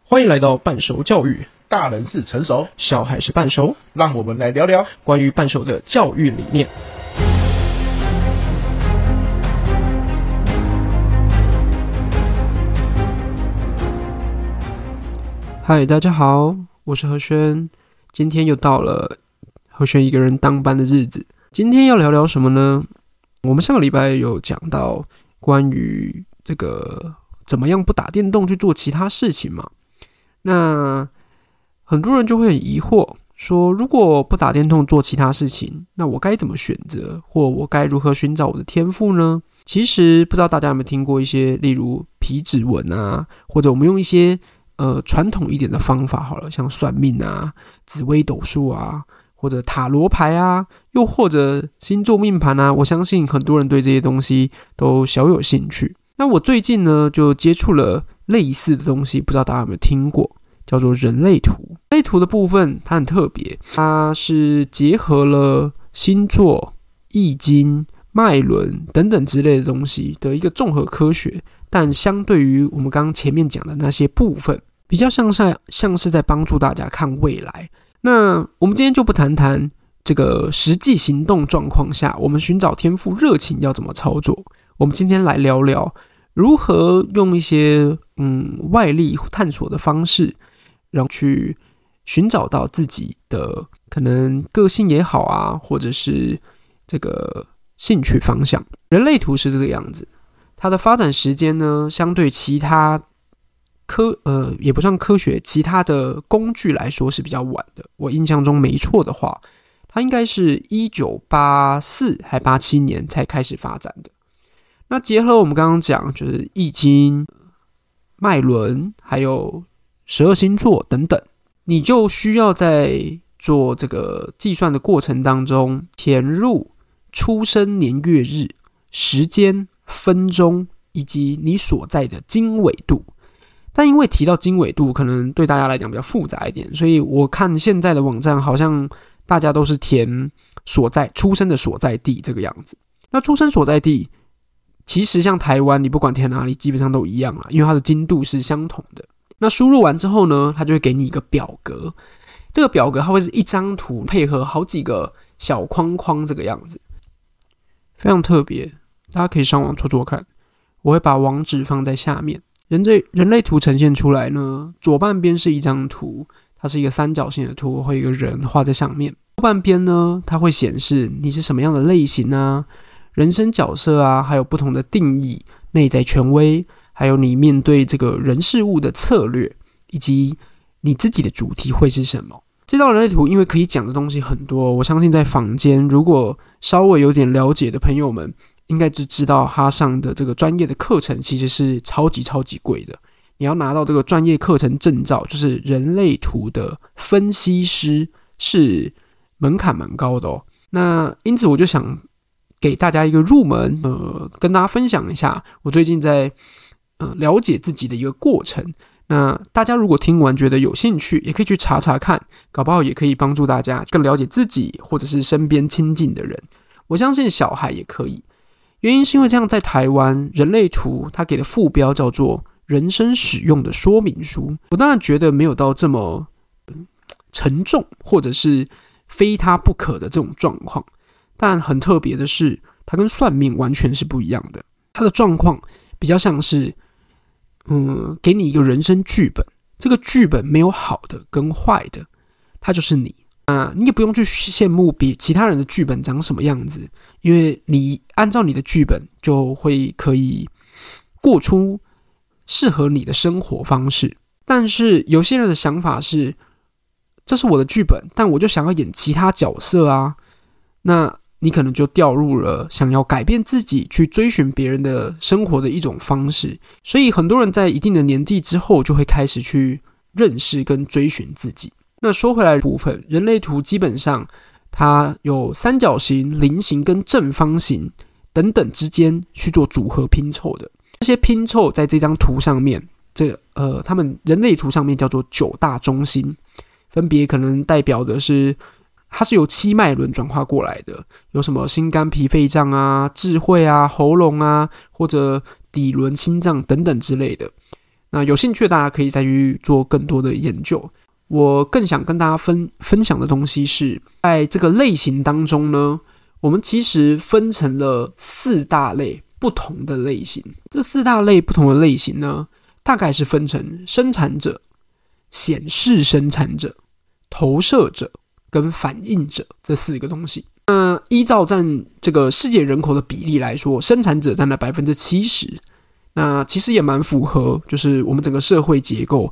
欢迎来到半熟教育， 大人是成熟， 小孩是半熟， 让我们来聊聊关于半熟的教育理念。嗨，大家好，我是何轩，今天又到了何轩一个人当班的日子。今天要聊聊什么呢？我们上个礼拜有讲到关于这个怎么样不打电动去做其他事情嘛。那很多人就会很疑惑，说如果不打电动做其他事情，那我该怎么选择，或我该如何寻找我的天赋呢？其实不知道大家有没有听过一些，例如皮质纹啊，或者我们用一些传统一点的方法好了，像算命啊、紫微斗数啊，或者塔罗牌啊，又或者星座命盘啊，我相信很多人对这些东西都小有兴趣。那我最近呢就接触了类似的东西，不知道大家有没有听过，叫做人类图。人类图的部分它很特别，它是结合了星座、易经、脉轮等等之类的东西的一个综合科学，但相对于我们刚刚前面讲的那些部分，比较像是在帮助大家看未来。那我们今天就不谈这个实际行动状况下，我们寻找天赋热情要怎么操作。我们今天来聊聊如何用一些外力探索的方式，然后去寻找到自己的可能个性也好啊，或者是这个兴趣方向。人类图是这个样子，它的发展时间呢，相对其他也不算科学，其他的工具来说是比较晚的。我印象中没错的话，它应该是1984还87年才开始发展的。那结合我们刚刚讲，就是易经、脉轮，还有12星座等等，你就需要在做这个计算的过程当中，填入出生年月日、时间、分钟以及你所在的经纬度。但因为提到经纬度，可能对大家来讲比较复杂一点，所以我看现在的网站好像大家都是填出生的所在地这个样子。那出生所在地其实像台湾，你不管填哪里基本上都一样啦，因为它的精度是相同的。那输入完之后呢，它就会给你一个表格，这个表格它会是一张图配合好几个小框框这个样子，非常特别，大家可以上网做做看，我会把网址放在下面。人类图呈现出来呢，左半边是一张图，它是一个三角形的图，会有一个人画在上面。右半边呢，它会显示你是什么样的类型啊，人生角色啊，还有不同的定义、内在权威，还有你面对这个人事物的策略，以及你自己的主题会是什么。这道人类图因为可以讲的东西很多，我相信在坊间如果稍微有点了解的朋友们，应该就知道他上的这个专业的课程其实是超级贵的。你要拿到这个专业课程证照，就是人类图的分析师，是门槛蛮高的哦。那因此我就想给大家一个入门，跟大家分享一下我最近在了解自己的一个过程。那大家如果听完觉得有兴趣，也可以去查查看，搞不好也可以帮助大家更了解自己，或者是身边亲近的人。我相信小孩也可以。原因是因为这样，在台湾人类图它给的副标叫做人生使用的说明书。我当然觉得没有到这么沉重，或者是非它不可的这种状况，但很特别的是，它跟算命完全是不一样的。它的状况比较像是给你一个人生剧本，这个剧本没有好的跟坏的，它就是你。你也不用去羡慕比其他人的剧本长什么样子，因为你按照你的剧本就会可以过出适合你的生活方式。但是有些人的想法是，这是我的剧本，但我就想要演其他角色啊，那你可能就掉入了想要改变自己去追寻别人的生活的一种方式。所以很多人在一定的年纪之后就会开始去认识跟追寻自己。那说回来的部分，人类图基本上它有三角形、菱形跟正方形等等之间去做组合拼凑的。这些拼凑在这张图上面，他们人类图上面叫做9大中心，分别可能代表的是，它是由7脉轮转化过来的，有什么心肝脾肺脏啊、智慧啊、喉咙啊，或者底轮、心脏等等之类的。 那有兴趣的大家可以再去做更多的研究。我更想跟大家分享的东西是，在这个类型当中呢，我们其实分成了4大类不同的类型。这4大类不同的类型呢，大概是分成生产者、显示生产者、投射者跟反映者这4个东西。那依照占这个世界人口的比例来说，生产者占了 70%， 那其实也蛮符合就是我们整个社会结构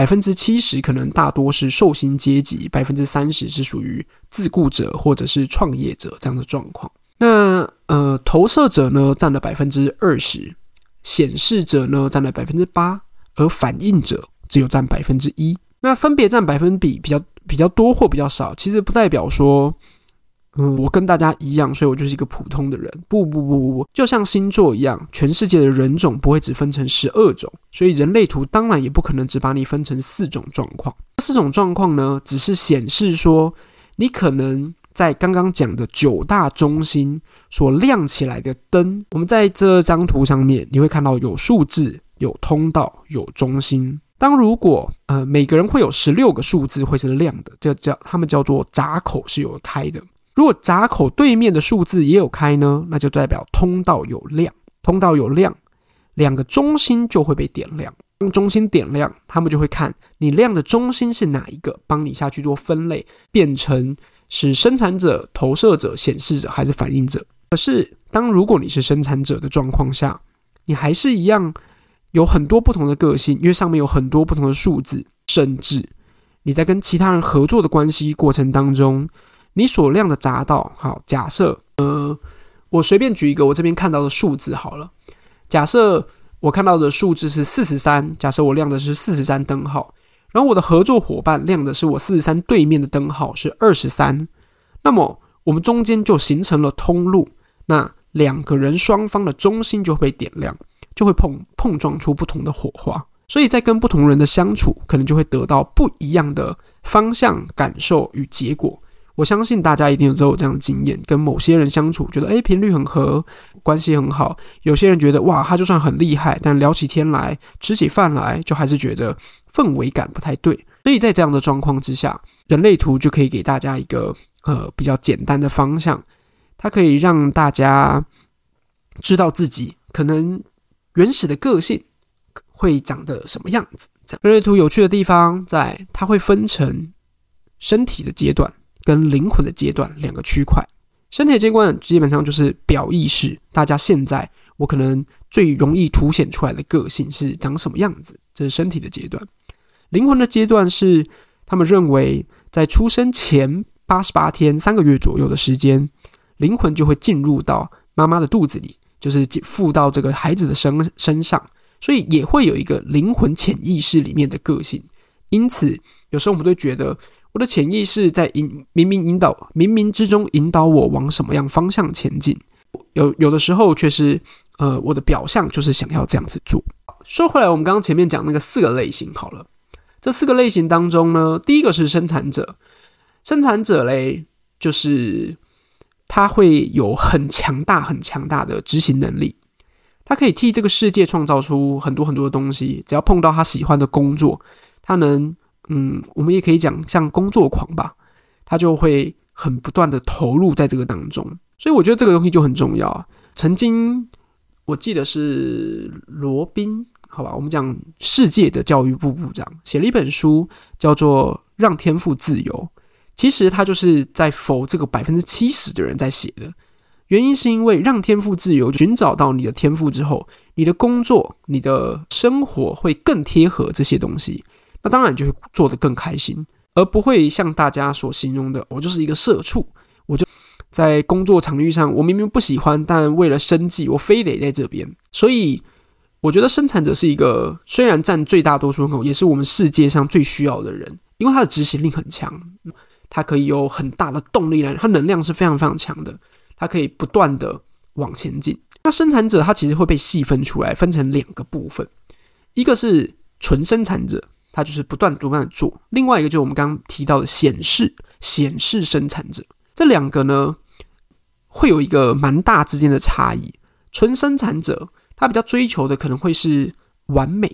70% 可能大多是受薪阶级， 30% 是属于自雇者或者是创业者这样的状况。那投射者呢占了 20%， 显示者呢占了 8%， 而反映者只有占 1%。 那分别占百分比比较多或比较少，其实不代表说我跟大家一样，所以我就是一个普通的人。不，就像星座一样，全世界的人种不会只分成12种，所以人类图当然也不可能只把你分成4种状况。4种状况呢，只是显示说你可能在刚刚讲的9大中心所亮起来的灯，我们在这张图上面你会看到有数字、有通道、有中心。如果每个人会有16个数字会是亮的，他们叫做闸口是有开的。如果闸口对面的数字也有开呢，那就代表通道有亮。通道有亮，2个中心就会被点亮。当中心点亮，他们就会看你亮的中心是哪一个，帮你下去做分类，变成是生产者、投射者、显示者还是反映者。可是如果你是生产者的状况下，你还是一样有很多不同的个性，因为上面有很多不同的数字，甚至你在跟其他人合作的关系过程当中，你所亮的闸道，好，假设我随便举一个我这边看到的数字好了。假设我看到的数字是43，假设我亮的是43灯号，然后我的合作伙伴亮的是我43对面的灯号是23，那么我们中间就形成了通路，那2个人双方的中心就会被点亮，就会碰撞出不同的火花。所以在跟不同人的相处，可能就会得到不一样的方向、感受与结果。我相信大家一定都有这样的经验，跟某些人相处觉得频率很合，关系很好，有些人觉得哇他就算很厉害，但聊起天来吃起饭来就还是觉得氛围感不太对。所以在这样的状况之下，人类图就可以给大家一个比较简单的方向，它可以让大家知道自己可能原始的个性会长得什么样子。人类图有趣的地方在它会分成身体的阶段跟灵魂的阶段2个区块。身体的阶段基本上就是表意识，大家现在我可能最容易凸显出来的个性是长什么样子，这是身体的阶段。灵魂的阶段是他们认为在出生前88天3个月左右的时间，灵魂就会进入到妈妈的肚子里，就是附到这个孩子的身上，所以也会有一个灵魂潜意识里面的个性。因此有时候我们都会觉得我的潜意识在冥冥之中引导我往什么样方向前进，有的时候却是我的表象就是想要这样子做。说回来，我们刚刚前面讲那个4个类型好了，这4个类型当中呢，第一个是生产者。生产者嘞，就是他会有很强大的执行能力，他可以替这个世界创造出很多很多的东西。只要碰到他喜欢的工作，他能我们也可以讲像工作狂吧，他就会很不断的投入在这个当中。所以我觉得这个东西就很重要。曾经我记得是罗宾，好吧，我们讲世界的教育部部长写了一本书叫做《让天赋自由》，其实他就是在否这个 70% 的人在写的。原因是因为让天赋自由，寻找到你的天赋之后，你的工作、你的生活会更贴合这些东西，那当然就会做得更开心，而不会像大家所形容的我就是一个社畜，我就在工作场域上我明明不喜欢，但为了生计我非得在这边。所以我觉得生产者是一个虽然占最大多数人口，也是我们世界上最需要的人，因为他的执行力很强，他可以有很大的动力来，他能量是非常非常强的，他可以不断的往前进。那生产者他其实会被细分出来，分成2个部分，一个是纯生产者，他就是不断的做，另外一个就是我们刚刚提到的显示生产者。这2个呢会有一个蛮大之间的差异。纯生产者他比较追求的可能会是完美，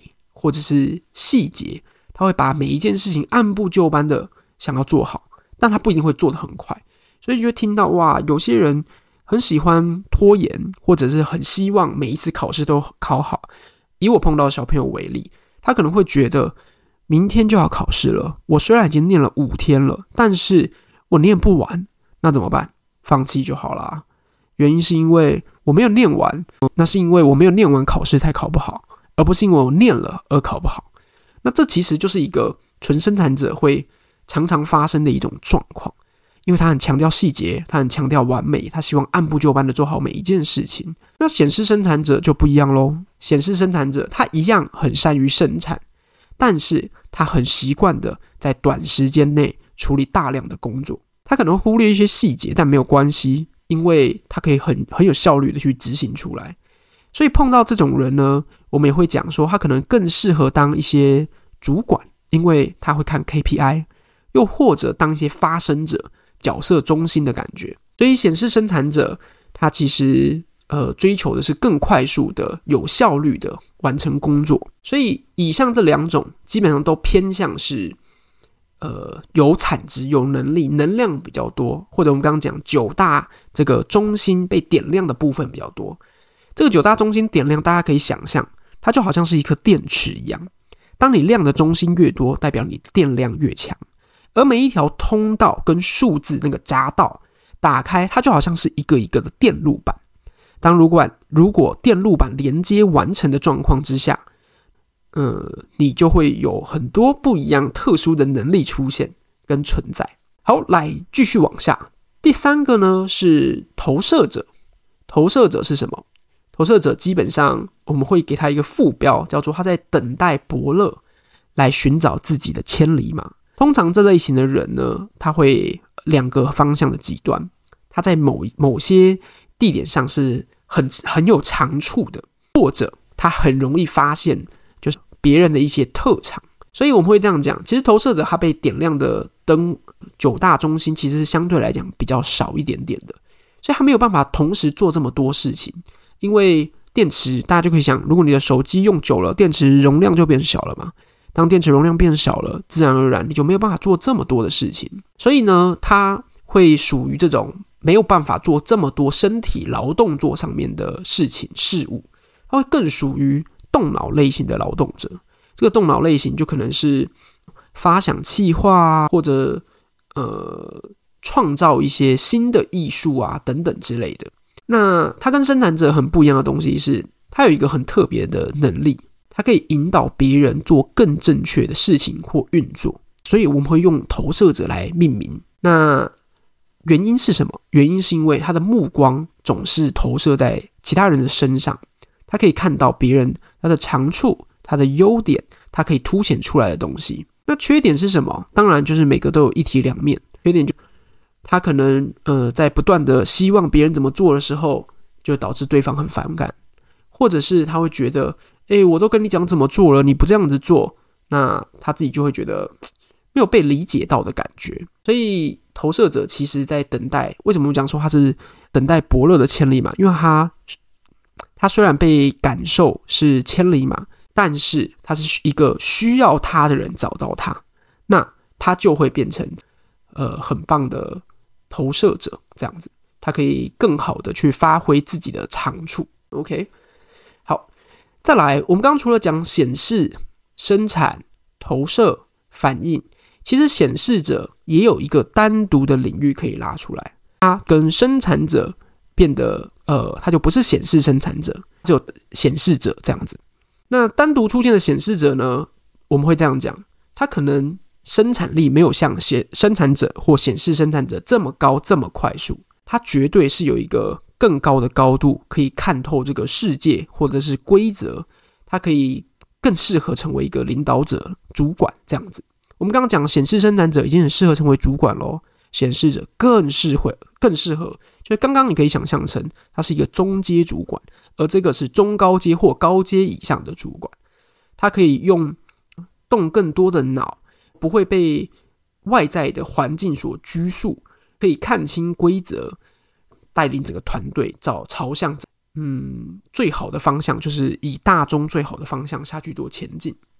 或者是细节，他会把每一件事情按部就班的想要做好，但他不一定会做得很快，所以就会听到哇，有些人很喜欢拖延，或者是很希望每一次考试都考好。以我碰到的小朋友为例，他可能会觉得明天就要考试了，我虽然已经念了5天了，但是我念不完，那怎么办？放弃就好啦。原因是因为我没有念完，那是因为我没有念完考试才考不好，而不是因为我念了而考不好。那这其实就是一个纯生产者会常常发生的一种状况，因为他很强调细节，他很强调完美，他希望按部就班的做好每一件事情。那显示生产者就不一样咯，显示生产者他一样很善于生产，但是他很习惯的在短时间内处理大量的工作，他可能忽略一些细节，但没有关系，因为他可以很有效率的去执行出来。所以碰到这种人呢，我们也会讲说他可能更适合当一些主管，因为他会看 KPI， 又或者当一些发声者，角色中心的感觉。所以显示生产者他其实追求的是更快速的有效率的完成工作。所以以上这2种基本上都偏向是有产值有能力能量比较多，或者我们刚刚讲9大这个中心被点亮的部分比较多。这个9大中心点亮，大家可以想象它就好像是一颗电池一样，当你亮的中心越多，代表你电量越强，而每一条通道跟数字那个闸道打开，它就好像是一个一个的电路板。当如果电路板连接完成的状况之下，你就会有很多不一样特殊的能力出现跟存在。好，来继续往下。第3个呢是投射者。投射者是什么？投射者基本上我们会给他一个副标，叫做他在等待伯乐来寻找自己的千里马。通常这类型的人呢，他会2个方向的极端，他在某些地点上是很有长处的，或者他很容易发现就是别人的一些特长。所以我们会这样讲，其实投射者他被点亮的灯9大中心其实是相对来讲比较少一点点的，所以他没有办法同时做这么多事情。因为电池大家就可以想，如果你的手机用久了，电池容量就变小了嘛。当电池容量变小了，自然而然你就没有办法做这么多的事情。所以呢，它会属于这种没有办法做这么多身体劳动作上面的事情事物，它会更属于动脑类型的劳动者。这个动脑类型就可能是发想企划啊，或者创造一些新的艺术啊等等之类的。那它跟生产者很不一样的东西是，它有一个很特别的能力，它可以引导别人做更正确的事情或运作，所以我们会用投射者来命名。那原因是什么？原因是因为他的目光总是投射在其他人的身上，他可以看到别人他的长处，他的优点，他可以凸显出来的东西。那缺点是什么？当然就是每个都有一体两面。缺点就他可能在不断的希望别人怎么做的时候，就导致对方很反感，或者是他会觉得我都跟你讲怎么做了，你不这样子做，那他自己就会觉得没有被理解到的感觉。所以投射者其实在等待，为什么我讲说他是等待伯乐的千里马？因为他虽然被感受是千里马，但是他是一个需要他的人找到他，那他就会变成很棒的投射者，这样子他可以更好的去发挥自己的长处。 OK， 好，再来我们刚刚除了讲显示、生产、投射、反应，其实显示者也有一个单独的领域可以拉出来，他跟生产者变得他就不是显示生产者，只有显示者这样子。那单独出现的显示者呢，我们会这样讲，他可能生产力没有像生产者或显示生产者这么高这么快速，他绝对是有一个更高的高度可以看透这个世界或者是规则，他可以更适合成为一个领导者主管这样子。我们刚刚讲显示生产者已经很适合成为主管咯，显示者更适合，就是刚刚你可以想象成他是一个中阶主管，而这个是中高阶或高阶以上的主管，他可以动更多的脑，不会被外在的环境所拘束，可以看清规则，带领整个团队朝向最好的方向，就是以大众最好的方向下去做前进。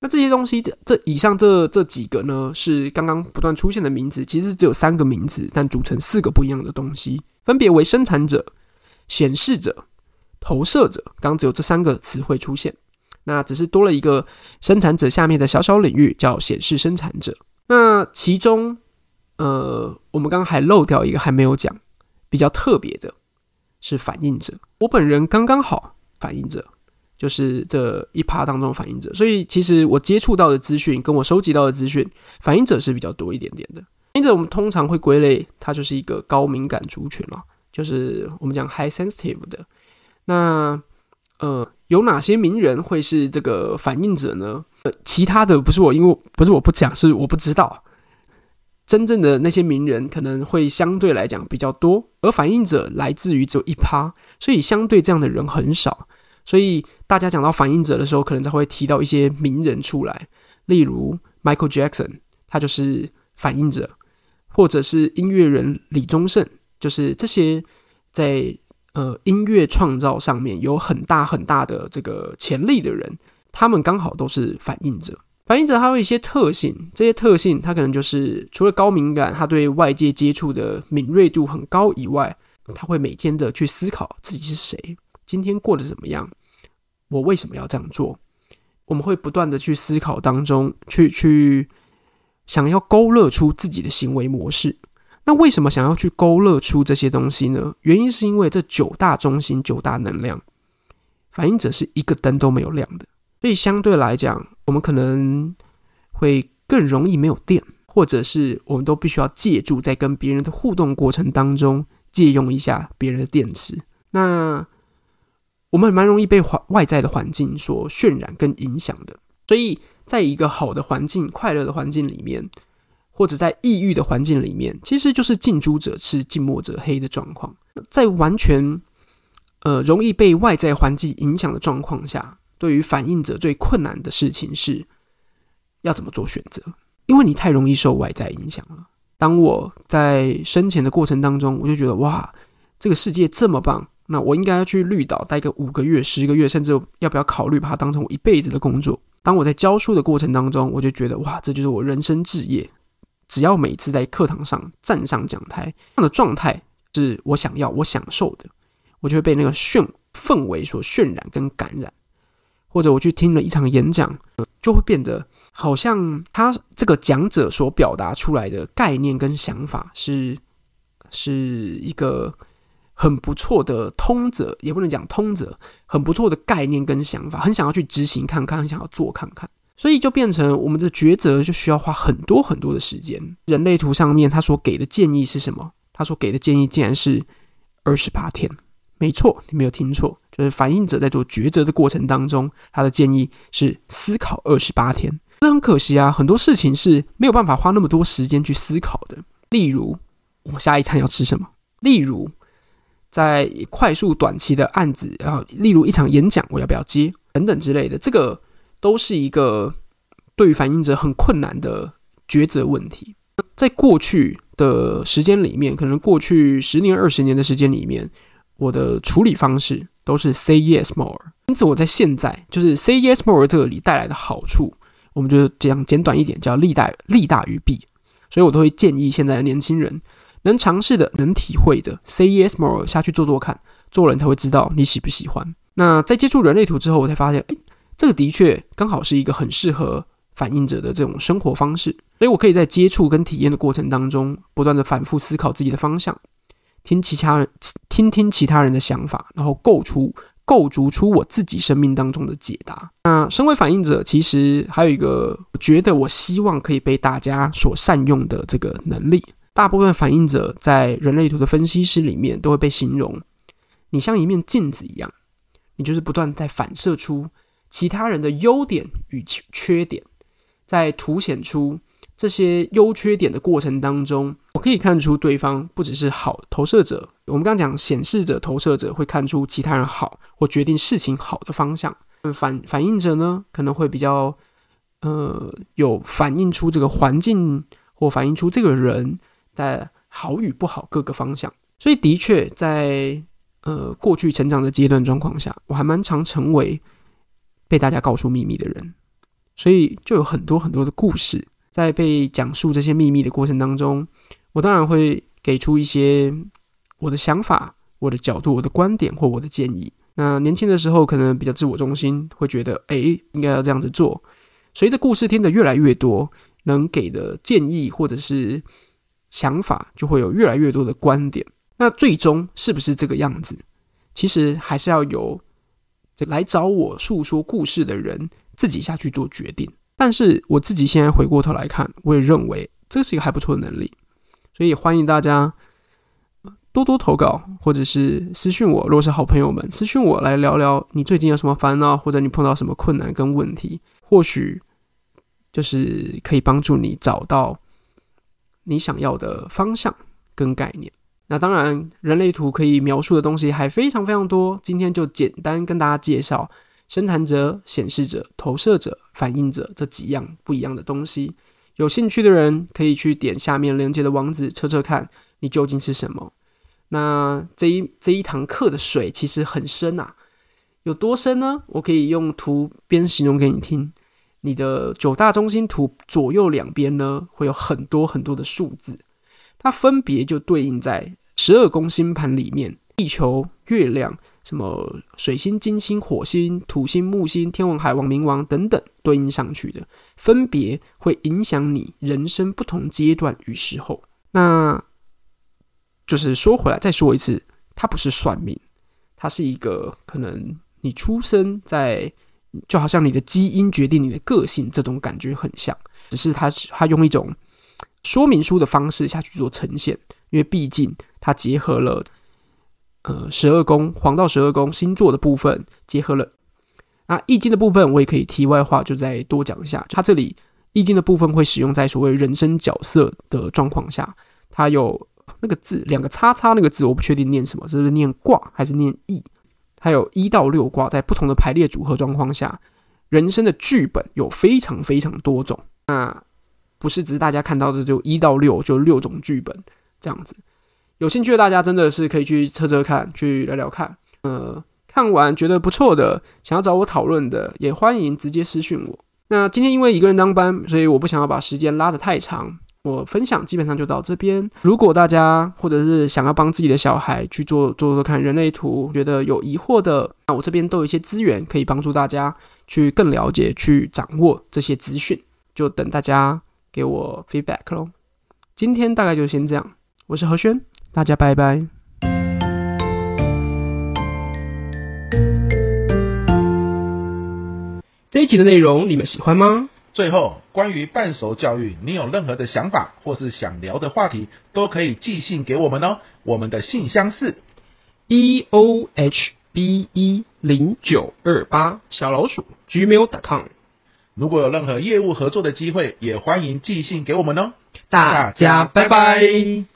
那这些东西，以上这几个呢，是刚刚不断出现的名词，其实只有3个名词，但组成4个不一样的东西，分别为生产者、显示者、投射者。刚刚只有这3个词汇出现，那只是多了一个生产者下面的小小领域，叫显示生产者。那其中，我们刚刚还漏掉一个还没有讲，比较特别的是反应者。我本人刚刚好反应者。就是这1%当中的反应者，所以其实我接触到的资讯跟我收集到的资讯，反应者是比较多一点点的。反应者我们通常会归类，它就是一个高敏感族群了，就是我们讲 high sensitive 的。那有哪些名人会是这个反应者呢？其他的不是我，因为不是我不讲，是我不知道。真正的那些名人可能会相对来讲比较多，而反应者来自于只有1%，所以相对这样的人很少。所以大家讲到反应者的时候，可能才会提到一些名人出来，例如 Michael Jackson， 他就是反应者，或者是音乐人李宗盛，就是这些在音乐创造上面有很大很大的这个潜力的人，他们刚好都是反应者。反应者还有一些特性，这些特性他可能就是除了高敏感，他对外界接触的敏锐度很高以外，他会每天的去思考自己是谁，今天过得怎么样？我为什么要这样做？我们会不断的去思考当中，去想要勾勒出自己的行为模式。那为什么想要去勾勒出这些东西呢？原因是因为这9大中心、9大能量，反应者是一个灯都没有亮的，所以相对来讲，我们可能会更容易没有电，或者是我们都必须要借助在跟别人的互动过程当中借用一下别人的电池。那我们蛮容易被外在的环境所渲染跟影响的，所以在一个好的环境、快乐的环境里面，或者在抑郁的环境里面，其实就是近朱者赤，近墨者黑的状况。在完全容易被外在环境影响的状况下，对于反应者最困难的事情是要怎么做选择，因为你太容易受外在影响了。当我在生前的过程当中，我就觉得哇，这个世界这么棒，那我应该要去绿岛待个5个月、10个月，甚至要不要考虑把它当成我一辈子的工作。当我在教书的过程当中，我就觉得哇，这就是我人生志业。只要每次在课堂上站上讲台，这样的状态是我想要、我享受的，我就会被那个氛围所渲染跟感染。或者我去听了一场演讲，就会变得好像他这个讲者所表达出来的概念跟想法是一个很不错的通则，也不能讲通则，很不错的概念跟想法，很想要去执行看看，很想要做看看，所以就变成我们的抉择就需要花很多很多的时间。人类图上面他所给的建议是什么？他所给的建议竟然是28天。没错，你没有听错，就是反应者在做抉择的过程当中，他的建议是思考28天。这很可惜啊，很多事情是没有办法花那么多时间去思考的。例如，我下一餐要吃什么？例如，在快速短期的案子，例如一场演讲，我要不要接？等等之类的，这个都是一个对于反应者很困难的抉择问题。在过去的时间里面，可能过去10年、20年的时间里面，我的处理方式都是 say yes more。 因此我在现在就是 say yes more 这里带来的好处，我们就讲简短一点，叫利大于弊。所以我都会建议现在的年轻人能尝试的、能体会的 say yes more 下去做做看，做人才会知道你喜不喜欢。那在接触人类图之后，我才发现这个的确刚好是一个很适合反应者的这种生活方式。所以我可以在接触跟体验的过程当中，不断的反复思考自己的方向，听听其他人的想法，然后构筑出我自己生命当中的解答。那身为反应者，其实还有一个我觉得我希望可以被大家所善用的这个能力。大部分反应者在人类图的分析师里面都会被形容，你像一面镜子一样，你就是不断在反射出其他人的优点与缺点，在凸显出这些优缺点的过程当中，我可以看出对方不只是好投射者，我们刚刚讲显示者、投射者会看出其他人好或决定事情好的方向，反应者呢可能会比较有反映出这个环境或反映出这个人在好与不好各个方向。所以的确在过去成长的阶段状况下，我还蛮常成为被大家告诉秘密的人， 所以就有很多很多的故事。在被讲述这些秘密的过程当中，我当然会给出一些我的想法、我的角度、我的观点或我的建议。那年轻的时候可能比较自我中心，会觉得应该要这样子做。随着故事听得越来越多，能给的建议或者是想法就会有越来越多的观点。那最终是不是这个样子，其实还是要由来找我诉说故事的人自己下去做决定。但是我自己现在回过头来看，我也认为这是一个还不错的能力，所以也欢迎大家多多投稿，或者是私讯我，如果是好朋友们私讯我来聊聊你最近有什么烦恼，或者你碰到什么困难跟问题，或许就是可以帮助你找到你想要的方向跟概念。那当然人类图可以描述的东西还非常非常多，今天就简单跟大家介绍生产者、显示者、投射者、反映者这几样不一样的东西。有兴趣的人可以去点下面连接的网址测测看你究竟是什么。那这一堂课的水其实很深啊，有多深呢？我可以用图边形容给你听。你的9大中心图左右两边呢，会有很多很多的数字，它分别就对应在12宫星盘里面，地球、月亮、什么水星、金星、火星、土星、木星、天王、海王、冥王等等对应上去的，分别会影响你人生不同阶段与时候。那就是说回来再说一次，它不是算命，它是一个可能你出生在，就好像你的基因决定你的个性，这种感觉很像，只是它用一种说明书的方式下去做呈现，因为毕竟它结合了12宫黄道12宫星座的部分，结合了易经的部分，我也可以题外话就再多讲一下。它这里易经的部分会使用在所谓人生角色的状况下，它有那个字2个叉叉那个字我不确定念什么，是不是念卦还是念易，还有1到6卦，在不同的排列组合状况下，人生的剧本有非常非常多种。那不是只是大家看到的就1到6就6种剧本这样子。有兴趣的大家真的是可以去测测看，去聊聊看。看完觉得不错的，想要找我讨论的，也欢迎直接私讯我。那今天因为一个人当班，所以我不想要把时间拉得太长，我分享基本上就到这边。如果大家或者是想要帮自己的小孩去做看人类图，觉得有疑惑的，那我这边都有一些资源可以帮助大家去更了解、去掌握这些资讯，就等大家给我 feedback 咯。今天大概就先这样，我是何轩，大家拜拜。这一集的内容你们喜欢吗？ 最后，关于半熟教育，你有任何的想法或是想聊的话题，都可以寄信给我们哦。我们的信箱是 eohbe0928gmail.com。 如果有任何业务合作的机会，也欢迎寄信给我们哦。 大家拜拜。